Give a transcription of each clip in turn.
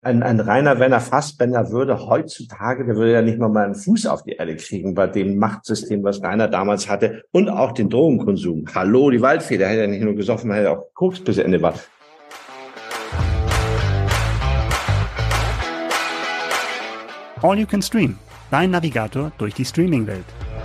ein Rainer Werner Fassbender würde heutzutage, der würde ja nicht mal einen Fuß auf die Erde kriegen bei dem Machtsystem, was Rainer damals hatte und auch den Drogenkonsum. Hallo, die Waldfee, der hat ja nicht nur gesoffen, der hat ja auch Koks bis Ende war. All You Can Stream, dein Navigator durch die Streaming-Welt.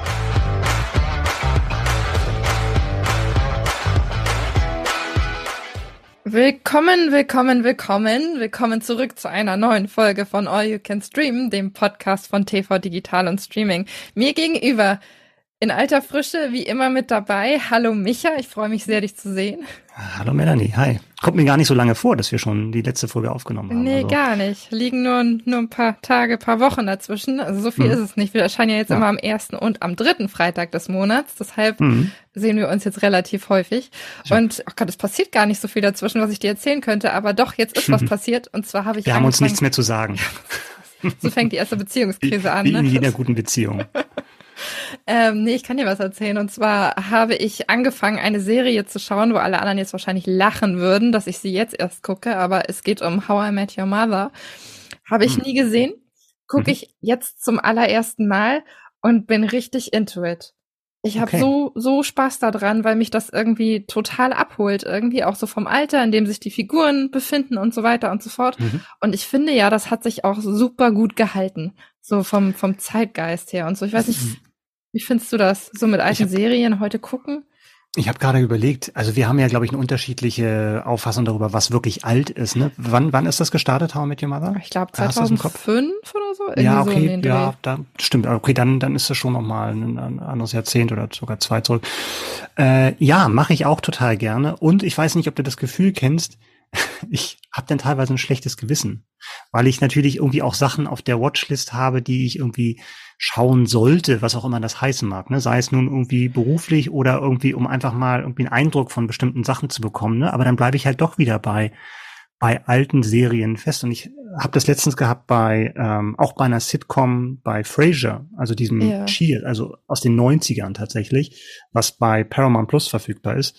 Willkommen zurück zu einer neuen Folge von All You Can Stream, dem Podcast von TV Digital und Streaming. Mir gegenüber in alter Frische wie immer mit dabei. Hallo Micha, ich freue mich sehr, dich zu sehen. Hallo Melanie, hi. Kommt mir gar nicht so lange vor, dass wir schon die letzte Folge aufgenommen haben. Nee, also gar nicht. Liegen nur ein paar Tage, paar Wochen dazwischen. Also so viel ist es nicht. Wir erscheinen ja jetzt immer am 1. und am 3. Freitag des Monats. Deshalb sehen wir uns jetzt relativ häufig. Ja. Und, oh Gott, es passiert gar nicht so viel dazwischen, was ich dir erzählen könnte. Aber doch, jetzt ist was passiert. Und zwar habe ich Wir haben uns nichts mehr zu sagen. So fängt die erste Beziehungskrise an. Wie in jeder guten Beziehung. Nee, ich kann dir was erzählen. Und zwar habe ich angefangen, eine Serie zu schauen, wo alle anderen jetzt wahrscheinlich lachen würden, dass ich sie jetzt erst gucke. Aber es geht um How I Met Your Mother. Habe ich nie gesehen. Gucke ich jetzt zum allerersten Mal und bin richtig into it. Ich habe so Spaß daran, weil mich das irgendwie total abholt. Irgendwie auch so vom Alter, in dem sich die Figuren befinden und so weiter und so fort. Und ich finde ja, das hat sich auch super gut gehalten. So vom Zeitgeist her und so. Ich weiß nicht, wie findest du das? So mit alten Serien heute gucken? Ich habe gerade überlegt, also wir haben ja, glaube ich, eine unterschiedliche Auffassung darüber, was wirklich alt ist. Ne? Wann ist das gestartet, How I Met Your Mother? Ich glaube 2005 oder so. Irgendwie ja, okay, so ja, da stimmt. Okay, dann ist das schon nochmal ein anderes Jahrzehnt oder sogar 2 zurück. Ja, mache ich auch total gerne. Und ich weiß nicht, ob du das Gefühl kennst, ich habe dann teilweise ein schlechtes Gewissen, weil ich natürlich irgendwie auch Sachen auf der Watchlist habe, die ich irgendwie schauen sollte, was auch immer das heißen mag, ne? Sei es nun irgendwie beruflich oder irgendwie, um einfach mal irgendwie einen Eindruck von bestimmten Sachen zu bekommen, ne? Aber dann bleibe ich halt doch wieder bei alten Serien fest. Und ich habe das letztens gehabt auch bei einer Sitcom bei Frasier, also diesem Cheer, also aus den 90ern tatsächlich, was bei Paramount Plus verfügbar ist.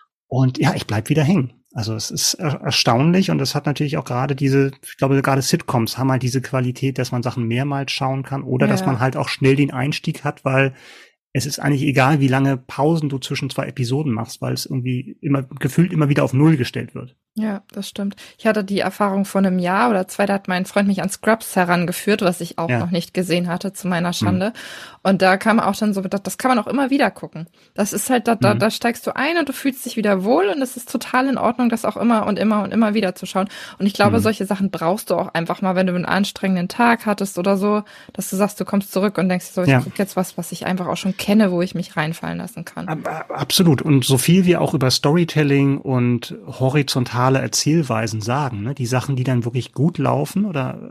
Und ja, ich bleib wieder hängen. Also es ist erstaunlich und es hat natürlich auch gerade ich glaube gerade Sitcoms haben halt diese Qualität, dass man Sachen mehrmals schauen kann oder dass man halt auch schnell den Einstieg hat, weil es ist eigentlich egal, wie lange Pausen du zwischen 2 Episoden machst, weil es irgendwie gefühlt immer wieder auf Null gestellt wird. Ja, das stimmt. Ich hatte die Erfahrung vor einem Jahr oder 2, da hat mein Freund mich an Scrubs herangeführt, was ich auch noch nicht gesehen hatte, zu meiner Schande. Und da kam auch dann so, das kann man auch immer wieder gucken. Das ist halt, da steigst du ein und du fühlst dich wieder wohl und es ist total in Ordnung, das auch immer und immer und immer wieder zu schauen. Und ich glaube, solche Sachen brauchst du auch einfach mal, wenn du einen anstrengenden Tag hattest oder so, dass du sagst, du kommst zurück und denkst so, ich gucke jetzt was ich einfach auch schon kenne, wo ich mich reinfallen lassen kann. Absolut. Und so viel wir auch über Storytelling und horizontale Erzählweisen sagen, ne? Die Sachen, die dann wirklich gut laufen oder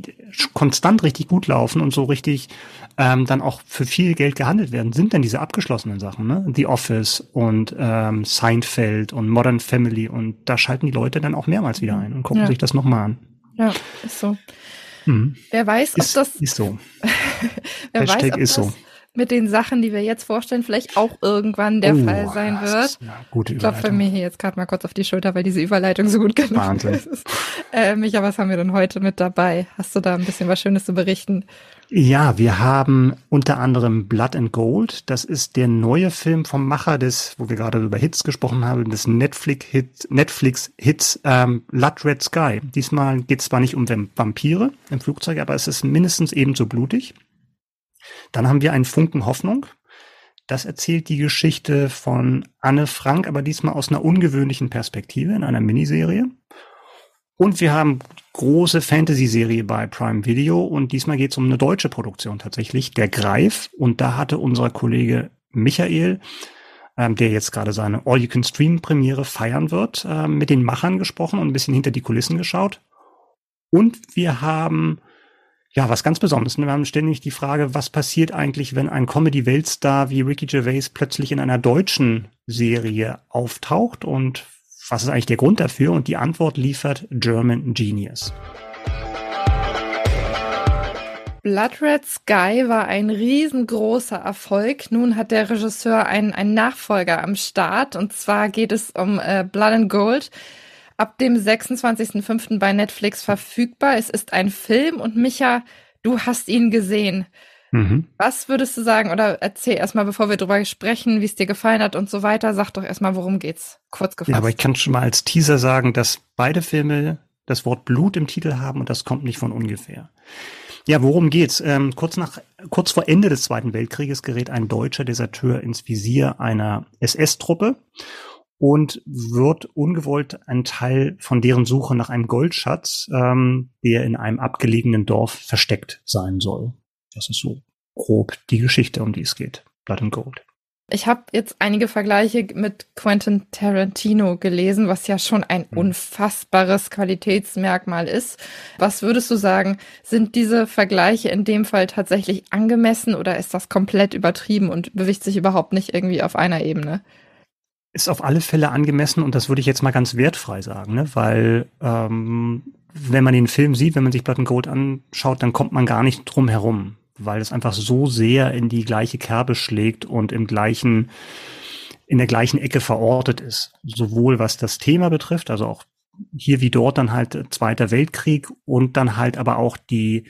konstant richtig gut laufen und so richtig dann auch für viel Geld gehandelt werden, sind dann diese abgeschlossenen Sachen, ne? The Office und Seinfeld und Modern Family, und da schalten die Leute dann auch mehrmals wieder ein und gucken sich das nochmal an. Ja, ist so. Wer weiß, ob das ist so. Wer Hashtag weiß, ob ist das so. Mit den Sachen, die wir jetzt vorstellen, vielleicht auch irgendwann der Fall sein wird. Gute Ich klopfe mir hier jetzt gerade mal kurz auf die Schulter, weil diese Überleitung so gut genug ist. Micha, was haben wir denn heute mit dabei? Hast du da ein bisschen was Schönes zu berichten? Ja, wir haben unter anderem Blood and Gold. Das ist der neue Film vom Macher wo wir gerade über Hits gesprochen haben, des Netflix-Hits Blood Red Sky. Diesmal geht es zwar nicht um Vampire im Flugzeug, aber es ist mindestens ebenso blutig. Dann haben wir einen Funken Hoffnung. Das erzählt die Geschichte von Anne Frank, aber diesmal aus einer ungewöhnlichen Perspektive in einer Miniserie. Und wir haben große Fantasy-Serie bei Prime Video und diesmal geht es um eine deutsche Produktion tatsächlich, Der Greif. Und da hatte unser Kollege Michael, der jetzt gerade seine All-You-Can-Stream-Premiere feiern wird, mit den Machern gesprochen und ein bisschen hinter die Kulissen geschaut. Und wir haben was ganz Besonderes. Wir haben ständig die Frage, was passiert eigentlich, wenn ein Comedy-Weltstar wie Ricky Gervais plötzlich in einer deutschen Serie auftaucht, und was ist eigentlich der Grund dafür? Und die Antwort liefert German Genius. Blood Red Sky war ein riesengroßer Erfolg. Nun hat der Regisseur einen Nachfolger am Start, und zwar geht es um Blood and Gold. ab dem 26.05. bei Netflix verfügbar. Es ist ein Film und Micha, du hast ihn gesehen. Was würdest du sagen, oder erzähl erstmal, bevor wir drüber sprechen, wie es dir gefallen hat und so weiter, sag doch erstmal, worum geht's, kurz gefasst. Ja, aber ich kann schon mal als Teaser sagen, dass beide Filme das Wort Blut im Titel haben und das kommt nicht von ungefähr. Ja, worum geht's? Kurz vor Ende des Zweiten Weltkrieges gerät ein deutscher Deserteur ins Visier einer SS-Truppe und wird ungewollt ein Teil von deren Suche nach einem Goldschatz, der in einem abgelegenen Dorf versteckt sein soll. Das ist so grob die Geschichte, um die es geht. Blood and Gold. Ich habe jetzt einige Vergleiche mit Quentin Tarantino gelesen, was ja schon ein unfassbares Qualitätsmerkmal ist. Was würdest du sagen, sind diese Vergleiche in dem Fall tatsächlich angemessen oder ist das komplett übertrieben und bewegt sich überhaupt nicht irgendwie auf einer Ebene? Ist auf alle Fälle angemessen und das würde ich jetzt mal ganz wertfrei sagen, ne? Weil wenn man den Film sieht, wenn man sich Blood and Gold anschaut, dann kommt man gar nicht drum herum, weil es einfach so sehr in die gleiche Kerbe schlägt und in der gleichen Ecke verortet ist. Sowohl was das Thema betrifft, also auch hier wie dort dann halt Zweiter Weltkrieg und dann halt aber auch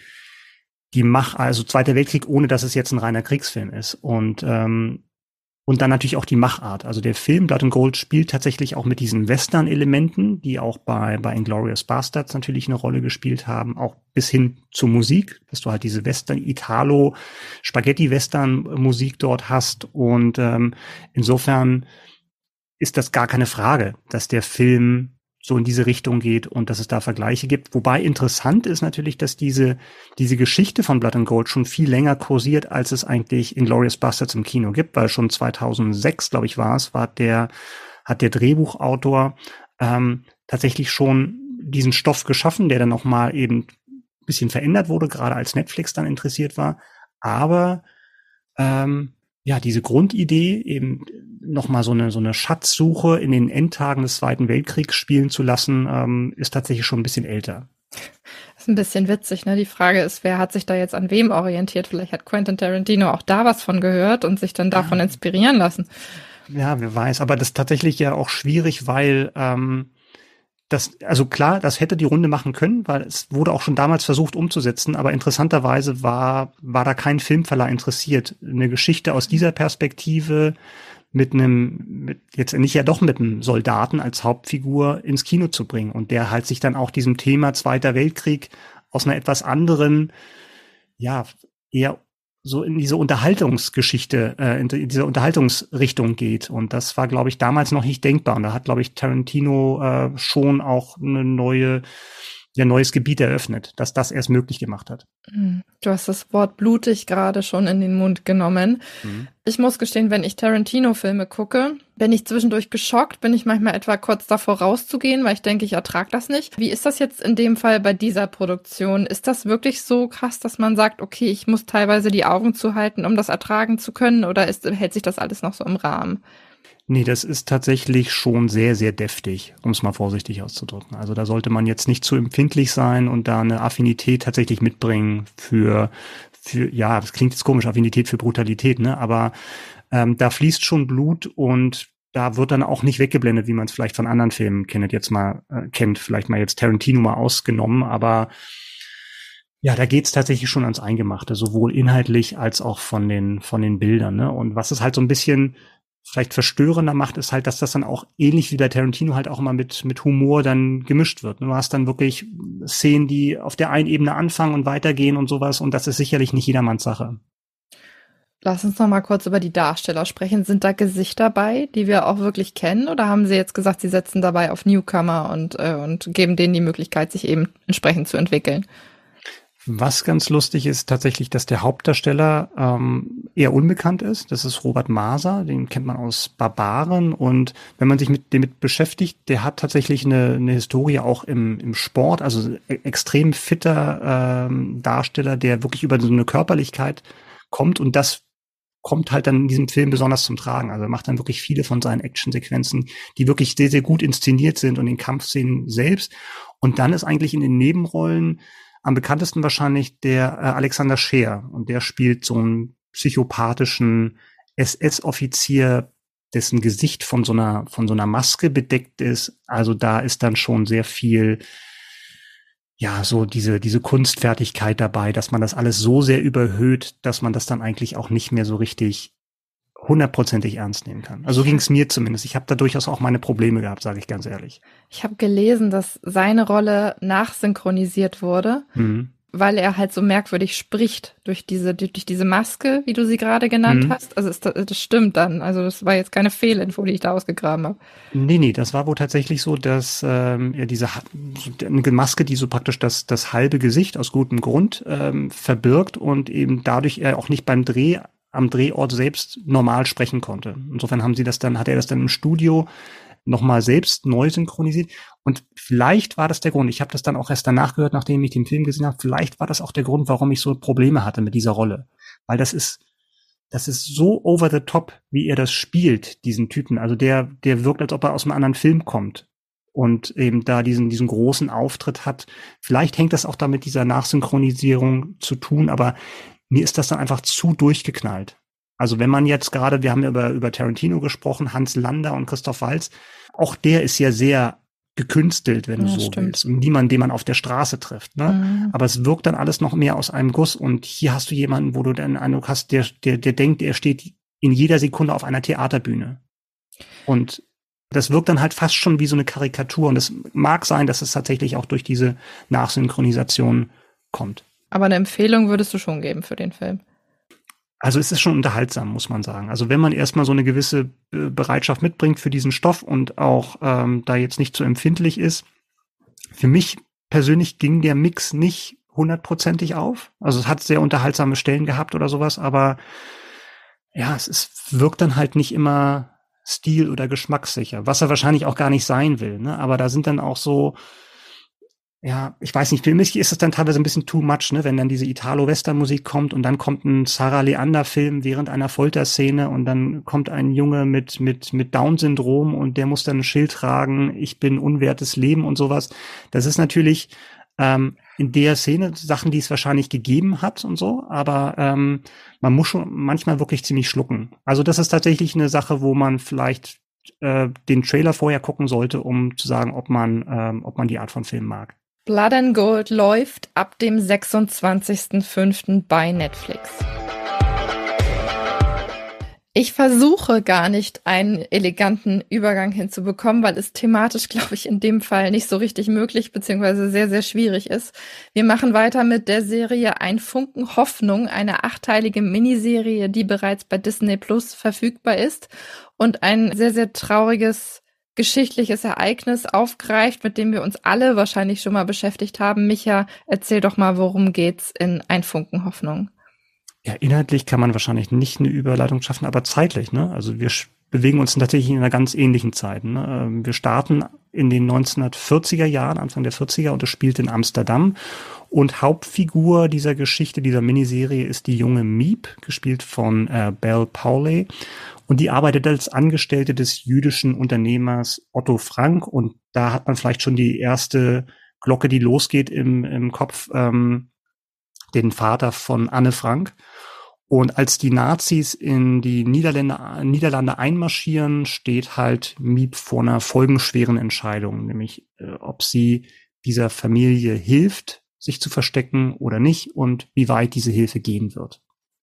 also Zweiter Weltkrieg, ohne dass es jetzt ein reiner Kriegsfilm ist. Und dann natürlich auch die Machart. Also der Film Blood and Gold spielt tatsächlich auch mit diesen Western-Elementen, die auch bei Inglourious Basterds natürlich eine Rolle gespielt haben, auch bis hin zur Musik, dass du halt diese Spaghetti-Western-Musik dort hast. Und insofern ist das gar keine Frage, dass der Film so in diese Richtung geht und dass es da Vergleiche gibt. Wobei interessant ist natürlich, dass diese Geschichte von Blood and Gold schon viel länger kursiert, als es eigentlich Inglourious Basterds im Kino gibt, weil schon 2006, glaube ich, hat der Drehbuchautor tatsächlich schon diesen Stoff geschaffen, der dann noch mal eben ein bisschen verändert wurde, gerade als Netflix dann interessiert war. Aber diese Grundidee, eben nochmal so eine Schatzsuche in den Endtagen des Zweiten Weltkriegs spielen zu lassen, ist tatsächlich schon ein bisschen älter. Das ist ein bisschen witzig, ne? Die Frage ist, wer hat sich da jetzt an wem orientiert? Vielleicht hat Quentin Tarantino auch da was von gehört und sich dann davon inspirieren lassen. Ja, wer weiß. Aber das ist tatsächlich ja auch schwierig, weil das hätte die Runde machen können, weil es wurde auch schon damals versucht umzusetzen, aber interessanterweise war da kein Filmverleih interessiert, eine Geschichte aus dieser Perspektive mit einem Soldaten als Hauptfigur ins Kino zu bringen und der halt sich dann auch diesem Thema Zweiter Weltkrieg aus einer etwas anderen, ja, eher so in diese Unterhaltungsgeschichte, in diese Unterhaltungsrichtung geht. Und das war, glaube ich, damals noch nicht denkbar. Und da hat, glaube ich, Tarantino schon auch neues Gebiet eröffnet, dass das erst möglich gemacht hat. Du hast das Wort blutig gerade schon in den Mund genommen. Ich muss gestehen, wenn ich Tarantino-Filme gucke, bin ich zwischendurch geschockt, bin ich manchmal etwa kurz davor rauszugehen, weil ich denke, ich ertrage das nicht. Wie ist das jetzt in dem Fall bei dieser Produktion? Ist das wirklich so krass, dass man sagt, okay, ich muss teilweise die Augen zuhalten, um das ertragen zu können, oder hält sich das alles noch so im Rahmen? Nee, das ist tatsächlich schon sehr, sehr deftig, um es mal vorsichtig auszudrücken. Also da sollte man jetzt nicht zu empfindlich sein und da eine Affinität tatsächlich mitbringen für das klingt jetzt komisch, Affinität für Brutalität, ne? Aber da fließt schon Blut und da wird dann auch nicht weggeblendet, wie man es vielleicht von anderen Filmen kennt, vielleicht mal jetzt Tarantino mal ausgenommen, aber ja, da geht's tatsächlich schon ans Eingemachte, sowohl inhaltlich als auch von den Bildern, ne? Und was es halt so ein bisschen vielleicht verstörender macht, ist halt, dass das dann auch ähnlich wie bei Tarantino halt auch immer mit Humor dann gemischt wird. Du hast dann wirklich Szenen, die auf der einen Ebene anfangen und weitergehen und sowas und das ist sicherlich nicht jedermanns Sache. Lass uns noch mal kurz über die Darsteller sprechen. Sind da Gesichter bei, die wir auch wirklich kennen oder haben Sie jetzt gesagt, Sie setzen dabei auf Newcomer und geben denen die Möglichkeit, sich eben entsprechend zu entwickeln? Was ganz lustig ist tatsächlich, dass der Hauptdarsteller eher unbekannt ist. Das ist Robert Maser, den kennt man aus Barbaren. Und wenn man sich mit dem beschäftigt, der hat tatsächlich eine Historie auch im Sport, also extrem fitter Darsteller, der wirklich über so eine Körperlichkeit kommt. Und das kommt halt dann in diesem Film besonders zum Tragen. Also er macht dann wirklich viele von seinen Actionsequenzen, die wirklich sehr, sehr gut inszeniert sind und in Kampfszenen selbst. Und dann ist eigentlich in den Nebenrollen am bekanntesten wahrscheinlich der Alexander Scheer. Und der spielt so einen psychopathischen SS-Offizier, dessen Gesicht von so einer Maske bedeckt ist. Also da ist dann schon sehr viel, ja, so diese Kunstfertigkeit dabei, dass man das alles so sehr überhöht, dass man das dann eigentlich auch nicht mehr so richtig hundertprozentig ernst nehmen kann. Also so ging es mir zumindest. Ich habe da durchaus auch meine Probleme gehabt, sage ich ganz ehrlich. Ich habe gelesen, dass seine Rolle nachsynchronisiert wurde, weil er halt so merkwürdig spricht durch diese Maske, wie du sie gerade genannt hast. Also das stimmt dann. Also das war jetzt keine Fehlinfo, die ich da ausgegraben habe. Nee, das war wohl tatsächlich so, dass er eine Maske, die so praktisch das halbe Gesicht aus gutem Grund verbirgt und eben dadurch er auch nicht beim Dreh am Drehort selbst normal sprechen konnte. Insofern hat er das dann im Studio nochmal selbst neu synchronisiert. Und vielleicht war das der Grund. Ich habe das dann auch erst danach gehört, nachdem ich den Film gesehen habe. Vielleicht war das auch der Grund, warum ich so Probleme hatte mit dieser Rolle. Weil das ist so over the top, wie er das spielt, diesen Typen. Also der wirkt, als ob er aus einem anderen Film kommt und eben da diesen großen Auftritt hat. Vielleicht hängt das auch da mit dieser Nachsynchronisierung zu tun, aber mir ist das dann einfach zu durchgeknallt. Also wenn man jetzt gerade, wir haben ja über Tarantino gesprochen, Hans Lander und Christoph Waltz, auch der ist ja sehr gekünstelt, wenn du so willst. Und niemand, den man auf der Straße trifft. Ne? Aber es wirkt dann alles noch mehr aus einem Guss. Und hier hast du jemanden, wo du den Eindruck hast, der denkt, er steht in jeder Sekunde auf einer Theaterbühne. Und das wirkt dann halt fast schon wie so eine Karikatur. Und es mag sein, dass es tatsächlich auch durch diese Nachsynchronisation kommt. Aber eine Empfehlung würdest du schon geben für den Film? Also es ist schon unterhaltsam, muss man sagen. Also wenn man erstmal so eine gewisse Bereitschaft mitbringt für diesen Stoff und auch da jetzt nicht so empfindlich ist. Für mich persönlich ging der Mix nicht hundertprozentig auf. Also es hat sehr unterhaltsame Stellen gehabt oder sowas, aber ja, es wirkt dann halt nicht immer stil- oder geschmackssicher, was er wahrscheinlich auch gar nicht sein will. Ne? Aber da sind dann auch so, ja, ich weiß nicht, für mich ist es dann teilweise ein bisschen too much, ne, wenn dann diese Italo-Western-Musik kommt und dann kommt ein Sarah Leander-Film während einer Folterszene und dann kommt ein Junge mit Down-Syndrom und der muss dann ein Schild tragen, ich bin unwertes Leben und sowas. Das ist natürlich in der Szene Sachen, die es wahrscheinlich gegeben hat und so, aber man muss schon manchmal wirklich ziemlich schlucken. Also das ist tatsächlich eine Sache, wo man vielleicht den Trailer vorher gucken sollte, um zu sagen, ob man die Art von Film mag. Blood and Gold läuft ab dem 26.05. bei Netflix. Ich versuche gar nicht einen eleganten Übergang hinzubekommen, weil es thematisch, glaube ich, in dem Fall nicht so richtig möglich beziehungsweise sehr, sehr schwierig ist. Wir machen weiter mit der Serie Ein Funken Hoffnung, eine 8-teilige Miniserie, die bereits bei Disney Plus verfügbar ist und ein sehr, sehr trauriges geschichtliches Ereignis aufgreift, mit dem wir uns alle wahrscheinlich schon mal beschäftigt haben. Micha, erzähl doch mal, worum geht's in Ein Funken Hoffnung? Ja, inhaltlich kann man wahrscheinlich nicht eine Überleitung schaffen, aber zeitlich, ne? Also wir bewegen uns tatsächlich in einer ganz ähnlichen Zeit. Ne? Wir starten in den 1940er Jahren, Anfang der 40er, und es spielt in Amsterdam. Und Hauptfigur dieser Geschichte, dieser Miniserie, ist die junge Miep, gespielt von Belle Powley. Und die arbeitet als Angestellte des jüdischen Unternehmers Otto Frank. Und da hat man vielleicht schon die erste Glocke, die losgeht im Kopf, den Vater von Anne Frank. Und als die Nazis in die Niederlande einmarschieren, steht halt Miep vor einer folgenschweren Entscheidung, nämlich ob sie dieser Familie hilft, sich zu verstecken oder nicht und wie weit diese Hilfe gehen wird.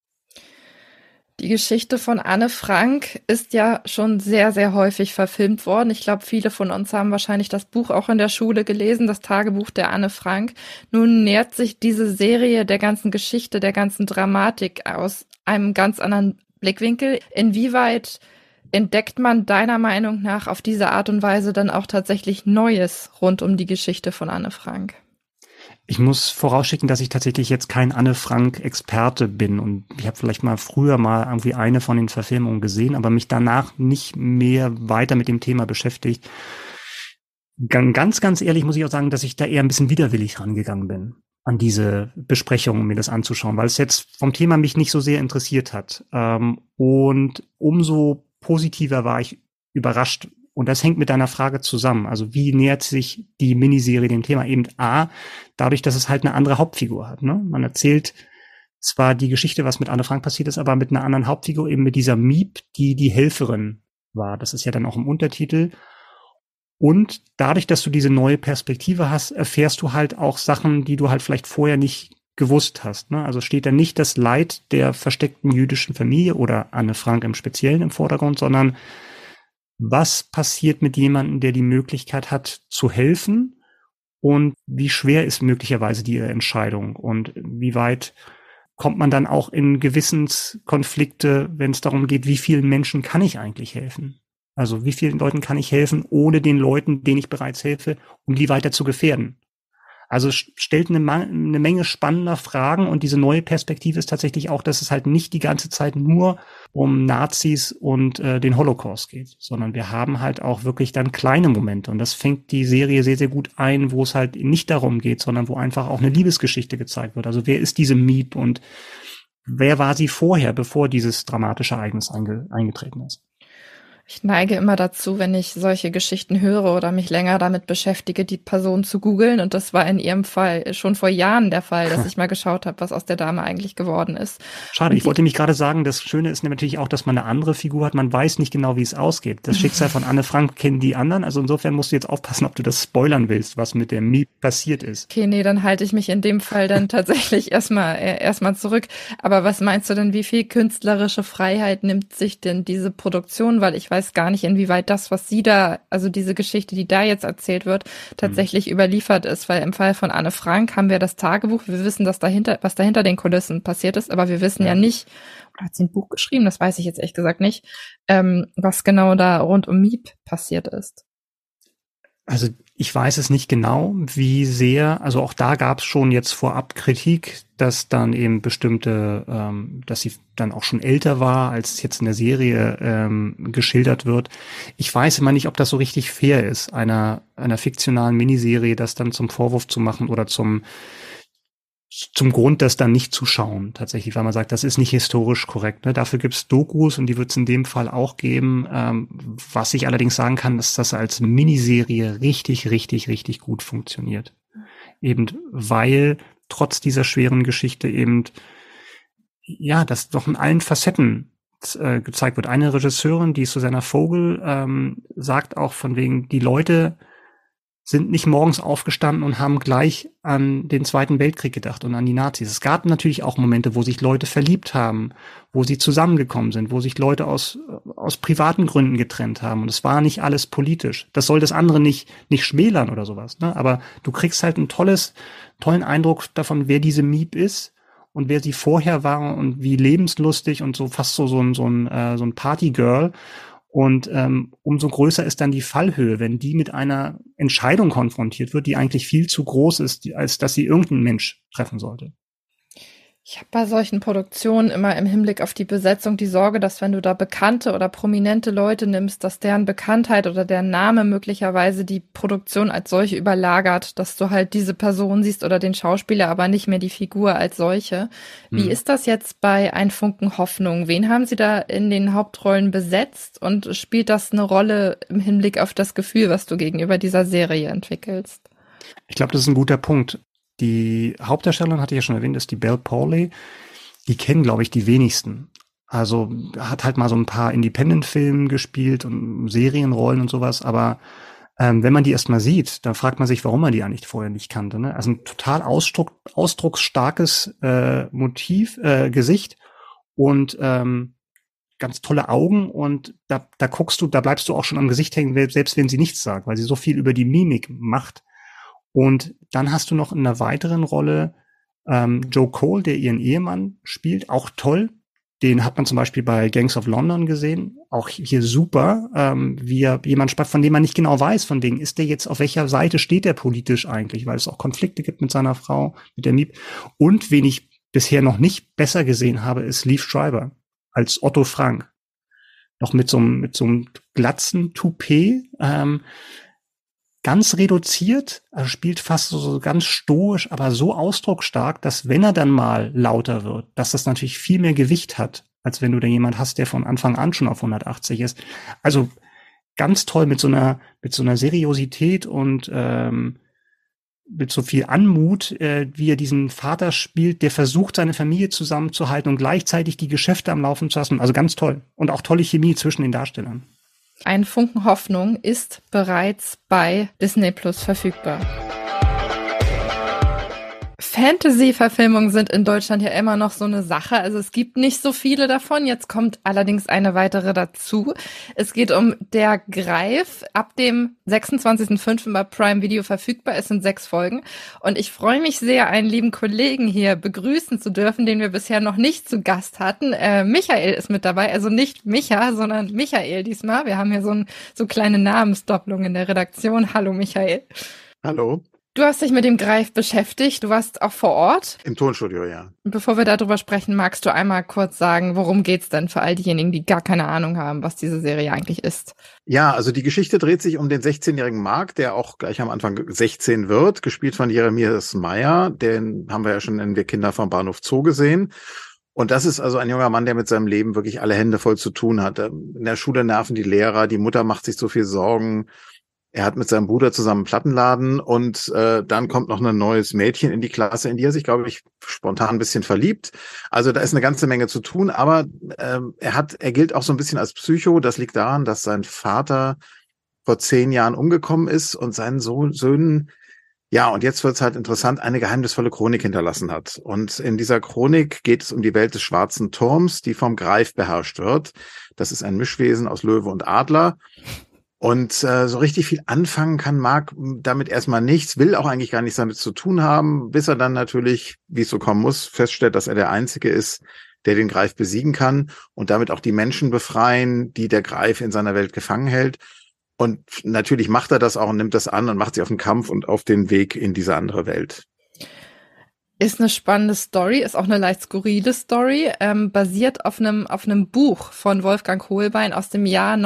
Die Geschichte von Anne Frank ist ja schon sehr, sehr häufig verfilmt worden. Ich glaube, viele von uns haben wahrscheinlich das Buch auch in der Schule gelesen, das Tagebuch der Anne Frank. Nun nähert sich diese Serie der ganzen Geschichte, der ganzen Dramatik aus einem ganz anderen Blickwinkel. Inwieweit entdeckt man deiner Meinung nach auf diese Art und Weise dann auch tatsächlich Neues rund um die Geschichte von Anne Frank? Ich muss vorausschicken, dass ich tatsächlich jetzt kein Anne Frank-Experte bin und ich habe vielleicht früher mal irgendwie eine von den Verfilmungen gesehen, aber mich danach nicht mehr weiter mit dem Thema beschäftigt. Ganz, ganz ehrlich muss ich auch sagen, dass ich da eher ein bisschen widerwillig rangegangen bin an diese Besprechung, um mir das anzuschauen, weil es jetzt vom Thema mich nicht so sehr interessiert hat. Und umso positiver war ich überrascht. Und das hängt mit deiner Frage zusammen. Also wie nähert sich die Miniserie dem Thema? Eben dadurch, dass es halt eine andere Hauptfigur hat. Ne? Man erzählt zwar die Geschichte, was mit Anne Frank passiert ist, aber mit einer anderen Hauptfigur, eben mit dieser Miep, die Helferin war. Das ist ja dann auch im Untertitel. Und dadurch, dass du diese neue Perspektive hast, erfährst du halt auch Sachen, die du halt vielleicht vorher nicht gewusst hast. Ne? Also steht da nicht das Leid der versteckten jüdischen Familie oder Anne Frank im Speziellen im Vordergrund, sondern was passiert mit jemandem, der die Möglichkeit hat zu helfen und wie schwer ist möglicherweise die Entscheidung und wie weit kommt man dann auch in Gewissenskonflikte, wenn es darum geht, wie vielen Menschen kann ich eigentlich helfen? Also wie vielen Leuten kann ich helfen, ohne den Leuten, denen ich bereits helfe, um die weiter zu gefährden? Also es stellt eine Menge spannender Fragen und diese neue Perspektive ist tatsächlich auch, dass es halt nicht die ganze Zeit nur um Nazis und den Holocaust geht, sondern wir haben halt auch wirklich dann kleine Momente und das fängt die Serie sehr, sehr gut ein, wo es halt nicht darum geht, sondern wo einfach auch eine Liebesgeschichte gezeigt wird. Also wer ist diese Miep und wer war sie vorher, bevor dieses dramatische Ereignis eingetreten ist? Ich neige immer dazu, wenn ich solche Geschichten höre oder mich länger damit beschäftige, die Person zu googeln. Und das war in ihrem Fall schon vor Jahren der Fall, dass ich mal geschaut habe, was aus der Dame eigentlich geworden ist. Schade, ich wollte nämlich gerade sagen, das Schöne ist natürlich auch, dass man eine andere Figur hat. Man weiß nicht genau, wie es ausgeht. Das Schicksal von Anne Frank kennen die anderen. Also insofern musst du jetzt aufpassen, ob du das spoilern willst, was mit der Miep passiert ist. Okay, nee, dann halte ich mich in dem Fall dann tatsächlich erstmal zurück. Aber was meinst du denn, wie viel künstlerische Freiheit nimmt sich denn diese Produktion? Weil ich weiß gar nicht, inwieweit das, was sie da, also diese Geschichte, die da jetzt erzählt wird, tatsächlich überliefert ist, weil im Fall von Anne Frank haben wir das Tagebuch, wir wissen, was dahinter den Kulissen passiert ist, aber wir wissen ja nicht, oder hat sie ein Buch geschrieben, das weiß ich jetzt ehrlich gesagt nicht, was genau da rund um Miep passiert ist. Also ich weiß es nicht genau, wie sehr, also auch da gab es schon jetzt vorab Kritik, dass dann eben bestimmte, dass sie dann auch schon älter war, als es jetzt in der Serie geschildert wird. Ich weiß immer nicht, ob das so richtig fair ist, einer fiktionalen Miniserie das dann zum Vorwurf zu machen oder zum Grund, das dann nicht zu schauen, tatsächlich, weil man sagt, das ist nicht historisch korrekt. Ne? Dafür gibt's Dokus und die wird es in dem Fall auch geben. Was ich allerdings sagen kann, ist, dass das als Miniserie richtig, richtig, richtig gut funktioniert. Eben weil trotz dieser schweren Geschichte eben, ja, das doch in allen Facetten gezeigt wird. Eine Regisseurin, die Susanna Vogel, sagt auch von wegen, die Leute sind nicht morgens aufgestanden und haben gleich an den Zweiten Weltkrieg gedacht und an die Nazis. Es gab natürlich auch Momente, wo sich Leute verliebt haben, wo sie zusammengekommen sind, wo sich Leute aus privaten Gründen getrennt haben. Und es war nicht alles politisch. Das soll das andere nicht schmälern oder sowas. Ne? Aber du kriegst halt einen tollen Eindruck davon, wer diese Miep ist und wer sie vorher war und wie lebenslustig und so fast so ein Partygirl. Und umso größer ist dann die Fallhöhe, wenn die mit einer Entscheidung konfrontiert wird, die eigentlich viel zu groß ist, als dass sie irgendein Mensch treffen sollte. Ich habe bei solchen Produktionen immer im Hinblick auf die Besetzung die Sorge, dass wenn du da bekannte oder prominente Leute nimmst, dass deren Bekanntheit oder deren Name möglicherweise die Produktion als solche überlagert, dass du halt diese Person siehst oder den Schauspieler, aber nicht mehr die Figur als solche. Wie ist das jetzt bei Ein Funken Hoffnung? Wen haben Sie da in den Hauptrollen besetzt und spielt das eine Rolle im Hinblick auf das Gefühl, was du gegenüber dieser Serie entwickelst? Ich glaube, das ist ein guter Punkt. Die Hauptdarstellerin, hatte ich ja schon erwähnt, ist die Belle Pauley. Die kennen, glaube ich, die wenigsten. Also hat halt mal so ein paar Independent-Filmen gespielt und Serienrollen und sowas. Aber wenn man die erst mal sieht, dann fragt man sich, warum man die eigentlich vorher nicht kannte. Ne? Also ein total ausdrucksstarkes Gesicht und ganz tolle Augen. Und da bleibst du auch schon am Gesicht hängen, selbst wenn sie nichts sagt, weil sie so viel über die Mimik macht. Und dann hast du noch in einer weiteren Rolle Joe Cole, der ihren Ehemann spielt, auch toll. Den hat man zum Beispiel bei Gangs of London gesehen, auch hier super, wie er jemand spielt, von dem man nicht genau weiß, von wegen, ist der jetzt, auf welcher Seite steht der politisch eigentlich, weil es auch Konflikte gibt mit seiner Frau, mit der Miep. Und wen ich bisher noch nicht besser gesehen habe, ist Liev Schreiber als Otto Frank. Noch mit so einem glatzen Toupet, ganz reduziert, also spielt fast so ganz stoisch, aber so ausdrucksstark, dass wenn er dann mal lauter wird, dass das natürlich viel mehr Gewicht hat, als wenn du da jemand hast, der von Anfang an schon auf 180 ist. Also ganz toll mit so einer Seriosität und mit so viel Anmut, wie er diesen Vater spielt, der versucht, seine Familie zusammenzuhalten und gleichzeitig die Geschäfte am Laufen zu lassen. Also ganz toll. Und auch tolle Chemie zwischen den Darstellern. Ein Funken Hoffnung ist bereits bei Disney Plus verfügbar. Fantasy-Verfilmungen sind in Deutschland ja immer noch so eine Sache. Also es gibt nicht so viele davon. Jetzt kommt allerdings eine weitere dazu. Es geht um Der Greif, ab dem 26.05. bei Prime Video verfügbar. Es sind 6 Folgen. Und ich freue mich sehr, einen lieben Kollegen hier begrüßen zu dürfen, den wir bisher noch nicht zu Gast hatten. Michael ist mit dabei. Also nicht Micha, sondern Michael diesmal. Wir haben hier so kleine Namensdoppelung in der Redaktion. Hallo Michael. Hallo. Du hast dich mit dem Greif beschäftigt. Du warst auch vor Ort. Im Tonstudio, ja. Bevor wir darüber sprechen, magst du einmal kurz sagen, worum geht's denn für all diejenigen, die gar keine Ahnung haben, was diese Serie eigentlich ist? Ja, also die Geschichte dreht sich um den 16-jährigen Mark, der auch gleich am Anfang 16 wird, gespielt von Jeremias Meyer. Den haben wir ja schon in Wir Kinder vom Bahnhof Zoo gesehen. Und das ist also ein junger Mann, der mit seinem Leben wirklich alle Hände voll zu tun hat. In der Schule nerven die Lehrer, die Mutter macht sich so viel Sorgen. Er hat mit seinem Bruder zusammen einen Plattenladen und dann kommt noch ein neues Mädchen in die Klasse, in die er sich, glaube ich, spontan ein bisschen verliebt. Also da ist eine ganze Menge zu tun, aber er gilt auch so ein bisschen als Psycho. Das liegt daran, dass sein Vater vor 10 Jahren umgekommen ist und seinen Söhnen, ja, und jetzt wird's halt interessant, eine geheimnisvolle Chronik hinterlassen hat. Und in dieser Chronik geht es um die Welt des Schwarzen Turms, die vom Greif beherrscht wird. Das ist ein Mischwesen aus Löwe und Adler. Und so richtig viel anfangen kann Mark damit erstmal nichts, will auch eigentlich gar nichts damit zu tun haben, bis er dann natürlich, wie es so kommen muss, feststellt, dass er der Einzige ist, der den Greif besiegen kann und damit auch die Menschen befreien, die der Greif in seiner Welt gefangen hält. Und natürlich macht er das auch und nimmt das an und macht sich auf den Kampf und auf den Weg in diese andere Welt. Ist eine spannende Story, ist auch eine leicht skurrile Story, basiert auf einem Buch von Wolfgang Hohlbein aus dem Jahr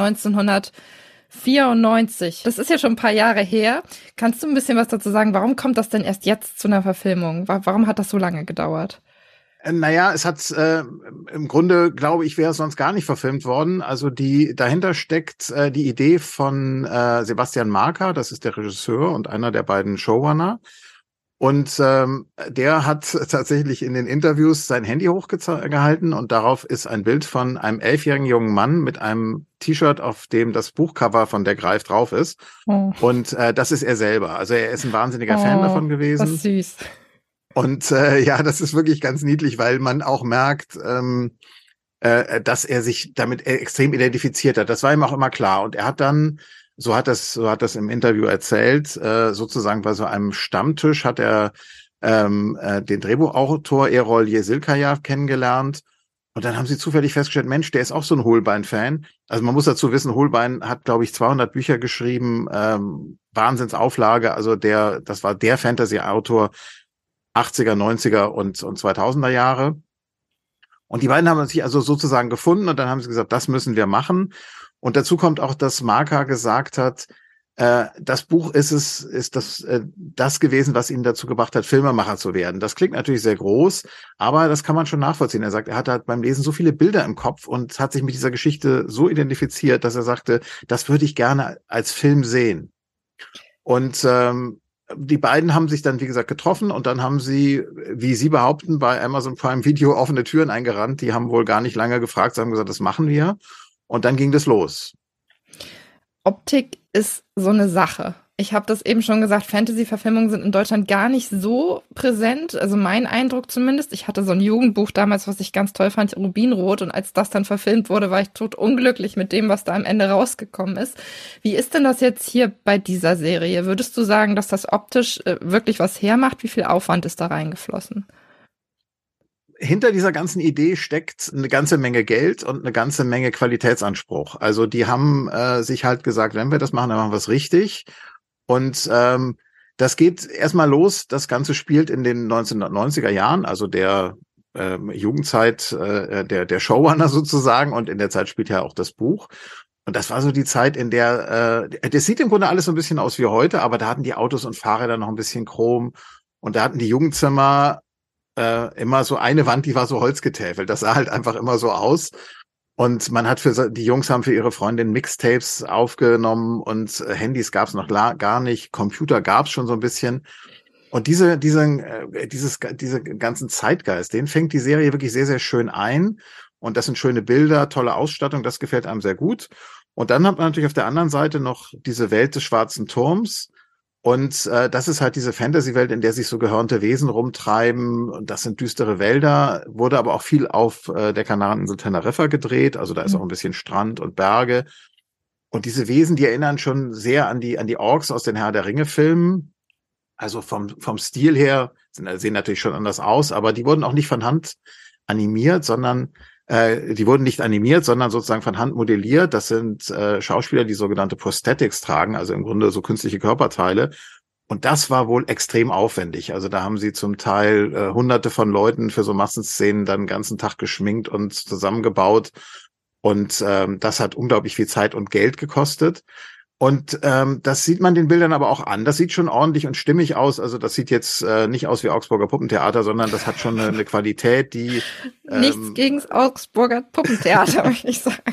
1994. Das ist ja schon ein paar Jahre her. Kannst du ein bisschen was dazu sagen? Warum kommt das denn erst jetzt zu einer Verfilmung? Warum hat das so lange gedauert? Naja, es hat im Grunde, glaube ich, wäre es sonst gar nicht verfilmt worden. Also dahinter steckt die Idee von Sebastian Marker, das ist der Regisseur und einer der beiden Showrunner. Und der hat tatsächlich in den Interviews sein Handy hochgehalten und darauf ist ein Bild von einem 11-jährigen jungen Mann mit einem T-Shirt, auf dem das Buchcover von Der Greif drauf ist. Oh. Und das ist er selber. Also er ist ein wahnsinniger Fan davon gewesen. Was süß. Und ja, das ist wirklich ganz niedlich, weil man auch merkt, dass er sich damit extrem identifiziert hat. Das war ihm auch immer klar. Und er hat dann, so hat das im Interview erzählt, sozusagen bei so einem Stammtisch hat er den Drehbuchautor Erol Yesilkaya kennengelernt. Und dann haben sie zufällig festgestellt, Mensch, der ist auch so ein Holbein-Fan. Also man muss dazu wissen, Hohlbein hat, glaube ich, 200 Bücher geschrieben, Wahnsinnsauflage. Also das war der Fantasy-Autor 80er, 90er und 2000er Jahre. Und die beiden haben sich also sozusagen gefunden und dann haben sie gesagt, das müssen wir machen. Und dazu kommt auch, dass Marker gesagt hat, das Buch ist das gewesen, was ihn dazu gebracht hat, Filmemacher zu werden. Das klingt natürlich sehr groß, aber das kann man schon nachvollziehen. Er sagt, er hatte halt beim Lesen so viele Bilder im Kopf und hat sich mit dieser Geschichte so identifiziert, dass er sagte, das würde ich gerne als Film sehen. Und die beiden haben sich dann, wie gesagt, getroffen und dann haben sie, wie sie behaupten, bei Amazon Prime Video offene Türen eingerannt. Die haben wohl gar nicht lange gefragt, sie haben gesagt, das machen wir. Und dann ging das los. Optik ist so eine Sache. Ich habe das eben schon gesagt, Fantasy-Verfilmungen sind in Deutschland gar nicht so präsent. Also mein Eindruck zumindest. Ich hatte so ein Jugendbuch damals, was ich ganz toll fand, Rubinrot. Und als das dann verfilmt wurde, war ich totunglücklich mit dem, was da am Ende rausgekommen ist. Wie ist denn das jetzt hier bei dieser Serie? Würdest du sagen, dass das optisch wirklich was hermacht? Wie viel Aufwand ist da reingeflossen? Hinter dieser ganzen Idee steckt eine ganze Menge Geld und eine ganze Menge Qualitätsanspruch. Also die haben sich halt gesagt, wenn wir das machen, dann machen wir es richtig. Und das geht erstmal los. Das Ganze spielt in den 1990er Jahren, also der Jugendzeit der Showrunner sozusagen. Und in der Zeit spielt ja auch das Buch. Und das war so die Zeit, in der das sieht im Grunde alles so ein bisschen aus wie heute, aber da hatten die Autos und Fahrräder noch ein bisschen Chrom. Und da hatten die Jugendzimmer immer so eine Wand, die war so holzgetäfelt. Das sah halt einfach immer so aus. Und man hat die Jungs haben für ihre Freundin Mixtapes aufgenommen und Handys gab's noch gar nicht, Computer gab's schon so ein bisschen. Und diese ganzen Zeitgeist, den fängt die Serie wirklich sehr, sehr schön ein. Und das sind schöne Bilder, tolle Ausstattung, das gefällt einem sehr gut. Und dann hat man natürlich auf der anderen Seite noch diese Welt des Schwarzen Turms. Und das ist halt diese Fantasy-Welt, in der sich so gehörnte Wesen rumtreiben. Und das sind düstere Wälder, wurde aber auch viel auf der Kanareninsel Teneriffa gedreht. Also da ist auch ein bisschen Strand und Berge. Und diese Wesen, die erinnern schon sehr an die Orks aus den Herr der Ringe-Filmen. Also vom Stil her sehen natürlich schon anders aus, aber die wurden auch nicht von Hand animiert, sondern sozusagen von Hand modelliert. Das sind Schauspieler, die sogenannte Prosthetics tragen, also im Grunde so künstliche Körperteile. Und das war wohl extrem aufwendig. Also da haben sie zum Teil Hunderte von Leuten für so Massenszenen dann den ganzen Tag geschminkt und zusammengebaut. Und das hat unglaublich viel Zeit und Geld gekostet. Und das sieht man den Bildern aber auch an. Das sieht schon ordentlich und stimmig aus. Also das sieht jetzt nicht aus wie Augsburger Puppentheater, sondern das hat schon eine Qualität, die... Nichts gegen das Augsburger Puppentheater, möchte ich sagen.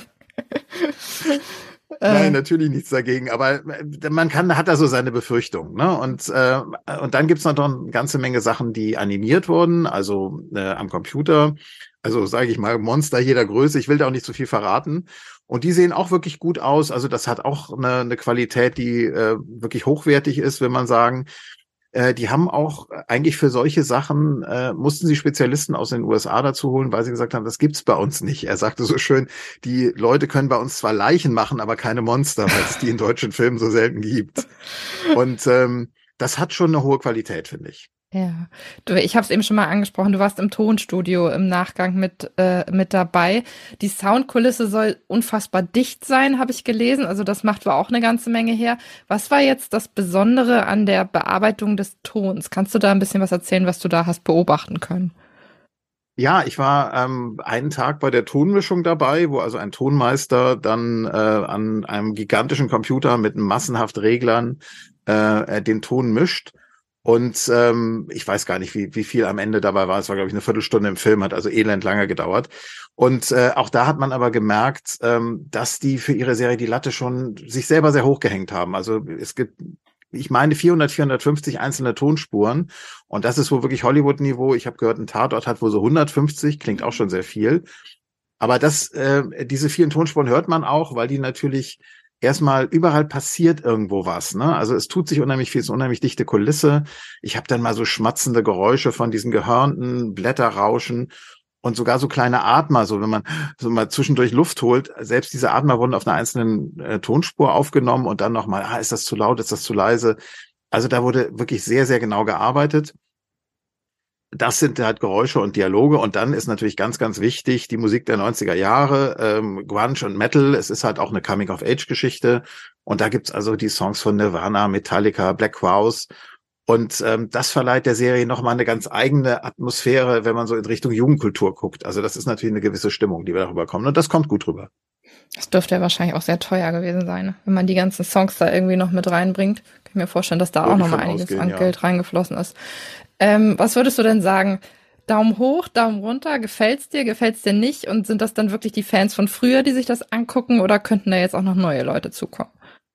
Nein, natürlich nichts dagegen, aber hat da so seine Befürchtungen, ne? Und dann gibt's noch eine ganze Menge Sachen, die animiert wurden, also am Computer, also sage ich mal Monster jeder Größe. Ich will da auch nicht zu viel verraten. Und die sehen auch wirklich gut aus. Also das hat auch eine Qualität, die wirklich hochwertig ist, will man sagen. Die haben auch eigentlich für solche Sachen, mussten sie Spezialisten aus den USA dazu holen, weil sie gesagt haben, das gibt's bei uns nicht. Er sagte so schön, die Leute können bei uns zwar Leichen machen, aber keine Monster, weil es die in deutschen Filmen so selten gibt. Und das hat schon eine hohe Qualität, finde ich. Ja, ich habe es eben schon mal angesprochen, du warst im Tonstudio im Nachgang mit dabei. Die Soundkulisse soll unfassbar dicht sein, habe ich gelesen. Also das macht wohl auch eine ganze Menge her. Was war jetzt das Besondere an der Bearbeitung des Tons? Kannst du da ein bisschen was erzählen, was du da hast beobachten können? Ja, ich war einen Tag bei der Tonmischung dabei, wo also ein Tonmeister dann an einem gigantischen Computer mit massenhaft Reglern den Ton mischt. Und ich weiß gar nicht, wie viel am Ende dabei war. Es war, glaube ich, eine Viertelstunde im Film, hat also elend lange gedauert. Und auch da hat man aber gemerkt, dass die für ihre Serie die Latte schon sich selber sehr hoch gehängt haben. Also es gibt, ich meine, 450 einzelne Tonspuren. Und das ist wohl wirklich Hollywood-Niveau. Ich habe gehört, ein Tatort hat wohl so 150, klingt auch schon sehr viel. Aber diese vielen Tonspuren hört man auch, weil die natürlich erstmal überall passiert irgendwo was, ne? Also es tut sich unheimlich viel, es ist eine unheimlich dichte Kulisse. Ich habe dann mal so schmatzende Geräusche von diesen Gehörnten, Blätterrauschen und sogar so kleine Atmer, so wenn man so mal zwischendurch Luft holt. Selbst diese Atmer wurden auf einer einzelnen Tonspur aufgenommen und dann nochmal, ist das zu laut, ist das zu leise? Also da wurde wirklich sehr, sehr genau gearbeitet. Das sind halt Geräusche und Dialoge und dann ist natürlich ganz, ganz wichtig die Musik der 90er Jahre, Grunge und Metal. Es ist halt auch eine Coming-of-Age-Geschichte und da gibt's also die Songs von Nirvana, Metallica, Black Crowes und das verleiht der Serie nochmal eine ganz eigene Atmosphäre, wenn man so in Richtung Jugendkultur guckt. Also das ist natürlich eine gewisse Stimmung, die wir darüber kommen und das kommt gut rüber. Das dürfte ja wahrscheinlich auch sehr teuer gewesen sein, wenn man die ganzen Songs da irgendwie noch mit reinbringt. Kann ich mir vorstellen, dass da auch nochmal einiges an Geld reingeflossen ist. Was würdest du denn sagen? Daumen hoch, Daumen runter, gefällt's dir nicht? Und sind das dann wirklich die Fans von früher, die sich das angucken oder könnten da jetzt auch noch neue Leute zukommen?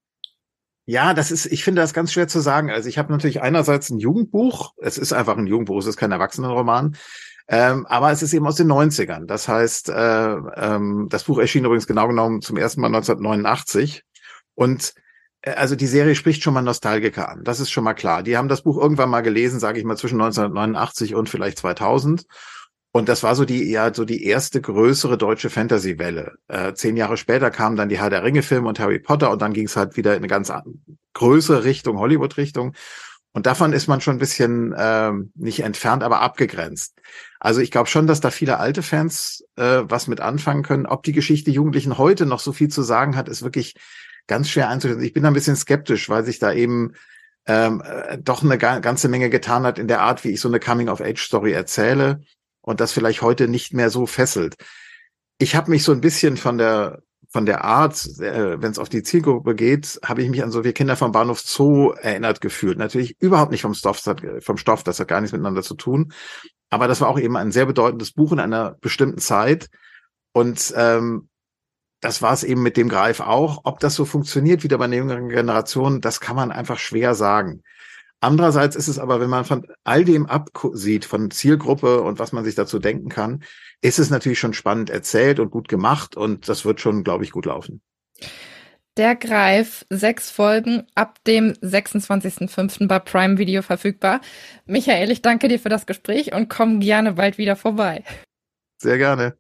Ja, ich finde das ganz schwer zu sagen. Also ich habe natürlich einerseits ein Jugendbuch. Es ist einfach ein Jugendbuch, es ist kein Erwachsenenroman. Aber es ist eben aus den 90ern. Das heißt, das Buch erschien übrigens genau genommen zum ersten Mal 1989. Und also die Serie spricht schon mal Nostalgiker an. Das ist schon mal klar. Die haben das Buch irgendwann mal gelesen, sage ich mal, zwischen 1989 und vielleicht 2000. Und das war so die erste größere deutsche Fantasy-Welle. 10 Jahre später kamen dann die Herr der Ringe-Filme und Harry Potter und dann ging es halt wieder in eine ganz größere Richtung, Hollywood-Richtung. Und davon ist man schon ein bisschen nicht entfernt, aber abgegrenzt. Also ich glaube schon, dass da viele alte Fans was mit anfangen können. Ob die Geschichte Jugendlichen heute noch so viel zu sagen hat, ist wirklich ganz schwer einzuschätzen. Ich bin da ein bisschen skeptisch, weil sich da eben doch eine ganze Menge getan hat in der Art, wie ich so eine Coming-of-Age-Story erzähle und das vielleicht heute nicht mehr so fesselt. Ich habe mich so ein bisschen von der Art, wenn es auf die Zielgruppe geht, habe ich mich an so wie Kinder vom Bahnhof Zoo erinnert gefühlt. Natürlich überhaupt nicht vom Stoff, das hat gar nichts miteinander zu tun. Aber das war auch eben ein sehr bedeutendes Buch in einer bestimmten Zeit. Und das war es eben mit dem Greif auch. Ob das so funktioniert wieder bei der jüngeren Generation, das kann man einfach schwer sagen. Andererseits ist es aber, wenn man von all dem absieht, von Zielgruppe und was man sich dazu denken kann, ist es natürlich schon spannend erzählt und gut gemacht und das wird schon, glaube ich, gut laufen. Der Greif, 6 Folgen, ab dem 26.05. bei Prime Video verfügbar. Michael, ich danke dir für das Gespräch und komm gerne bald wieder vorbei. Sehr gerne.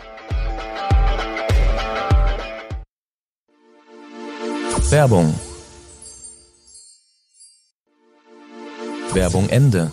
Werbung. Werbung Ende.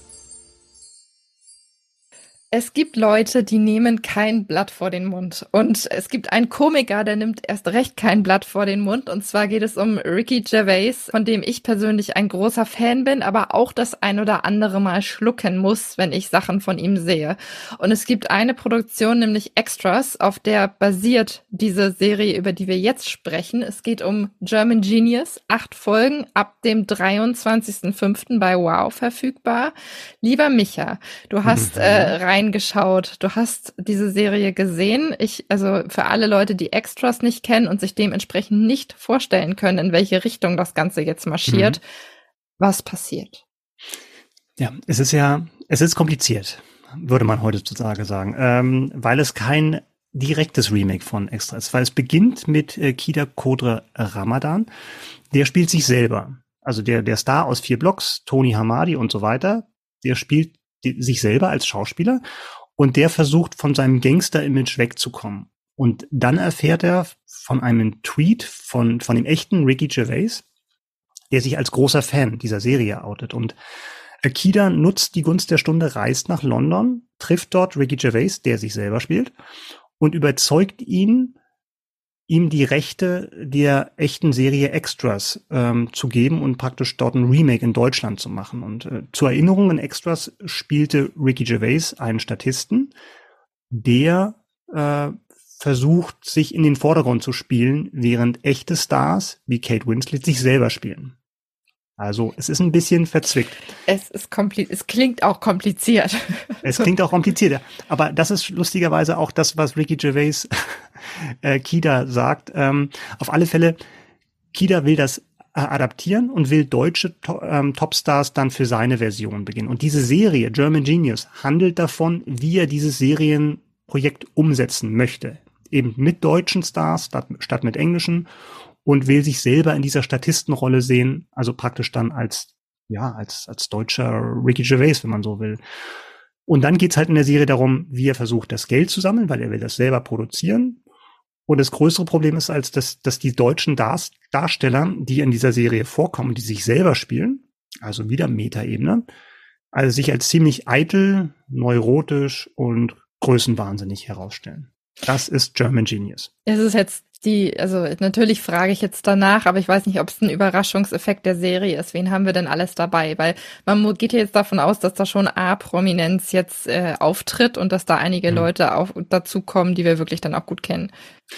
Es gibt Leute, die nehmen kein Blatt vor den Mund. Und es gibt einen Komiker, der nimmt erst recht kein Blatt vor den Mund. Und zwar geht es um Ricky Gervais, von dem ich persönlich ein großer Fan bin, aber auch das ein oder andere Mal schlucken muss, wenn ich Sachen von ihm sehe. Und es gibt eine Produktion, nämlich Extras, auf der basiert diese Serie, über die wir jetzt sprechen. Es geht um German Genius, 8 Folgen, ab dem 23.05. bei Wow verfügbar. Lieber Micha, du hast reingeschaut. Du hast diese Serie gesehen. Also für alle Leute, die Extras nicht kennen und sich dementsprechend nicht vorstellen können, in welche Richtung das Ganze jetzt marschiert, was passiert? Ja, es ist kompliziert, würde man heutzutage sagen, weil es kein direktes Remake von Extras ist, weil es beginnt mit Kida Kodre Ramadan. Der spielt sich selber. Also der Star aus 4 Blocks, Tony Hamadi und so weiter, der spielt sich selber als Schauspieler und der versucht von seinem Gangster-Image wegzukommen. Und dann erfährt er von einem Tweet von dem echten Ricky Gervais, der sich als großer Fan dieser Serie outet. Und Kida nutzt die Gunst der Stunde, reist nach London, trifft dort Ricky Gervais, der sich selber spielt, und überzeugt ihn, ihm die Rechte der echten Serie Extras zu geben und praktisch dort ein Remake in Deutschland zu machen. Und zur Erinnerung, in Extras spielte Ricky Gervais einen Statisten, der versucht, sich in den Vordergrund zu spielen, während echte Stars wie Kate Winslet sich selber spielen. Also es ist ein bisschen verzwickt. Es klingt auch kompliziert. Es klingt auch kompliziert, aber das ist lustigerweise auch das, was Ricky Gervais Kida sagt. Auf alle Fälle, Kida will das adaptieren und will deutsche Topstars dann für seine Version beginnen. Und diese Serie, German Genius, handelt davon, wie er dieses Serienprojekt umsetzen möchte. Eben mit deutschen Stars statt mit englischen. Und will sich selber in dieser Statistenrolle sehen, also praktisch dann als deutscher Ricky Gervais, wenn man so will. Und dann geht's halt in der Serie darum, wie er versucht, das Geld zu sammeln, weil er will das selber produzieren. Und das größere Problem ist, dass die deutschen Darsteller, die in dieser Serie vorkommen, die sich selber spielen, also wieder Metaebene, also sich als ziemlich eitel, neurotisch und größenwahnsinnig herausstellen. Das ist German Genius. Es ist jetzt also natürlich frage ich jetzt danach, aber ich weiß nicht, ob es ein Überraschungseffekt der Serie ist. Wen haben wir denn alles dabei? Weil man geht ja jetzt davon aus, dass da schon A-Prominenz jetzt auftritt und dass da einige Leute dazu kommen, die wir wirklich dann auch gut kennen.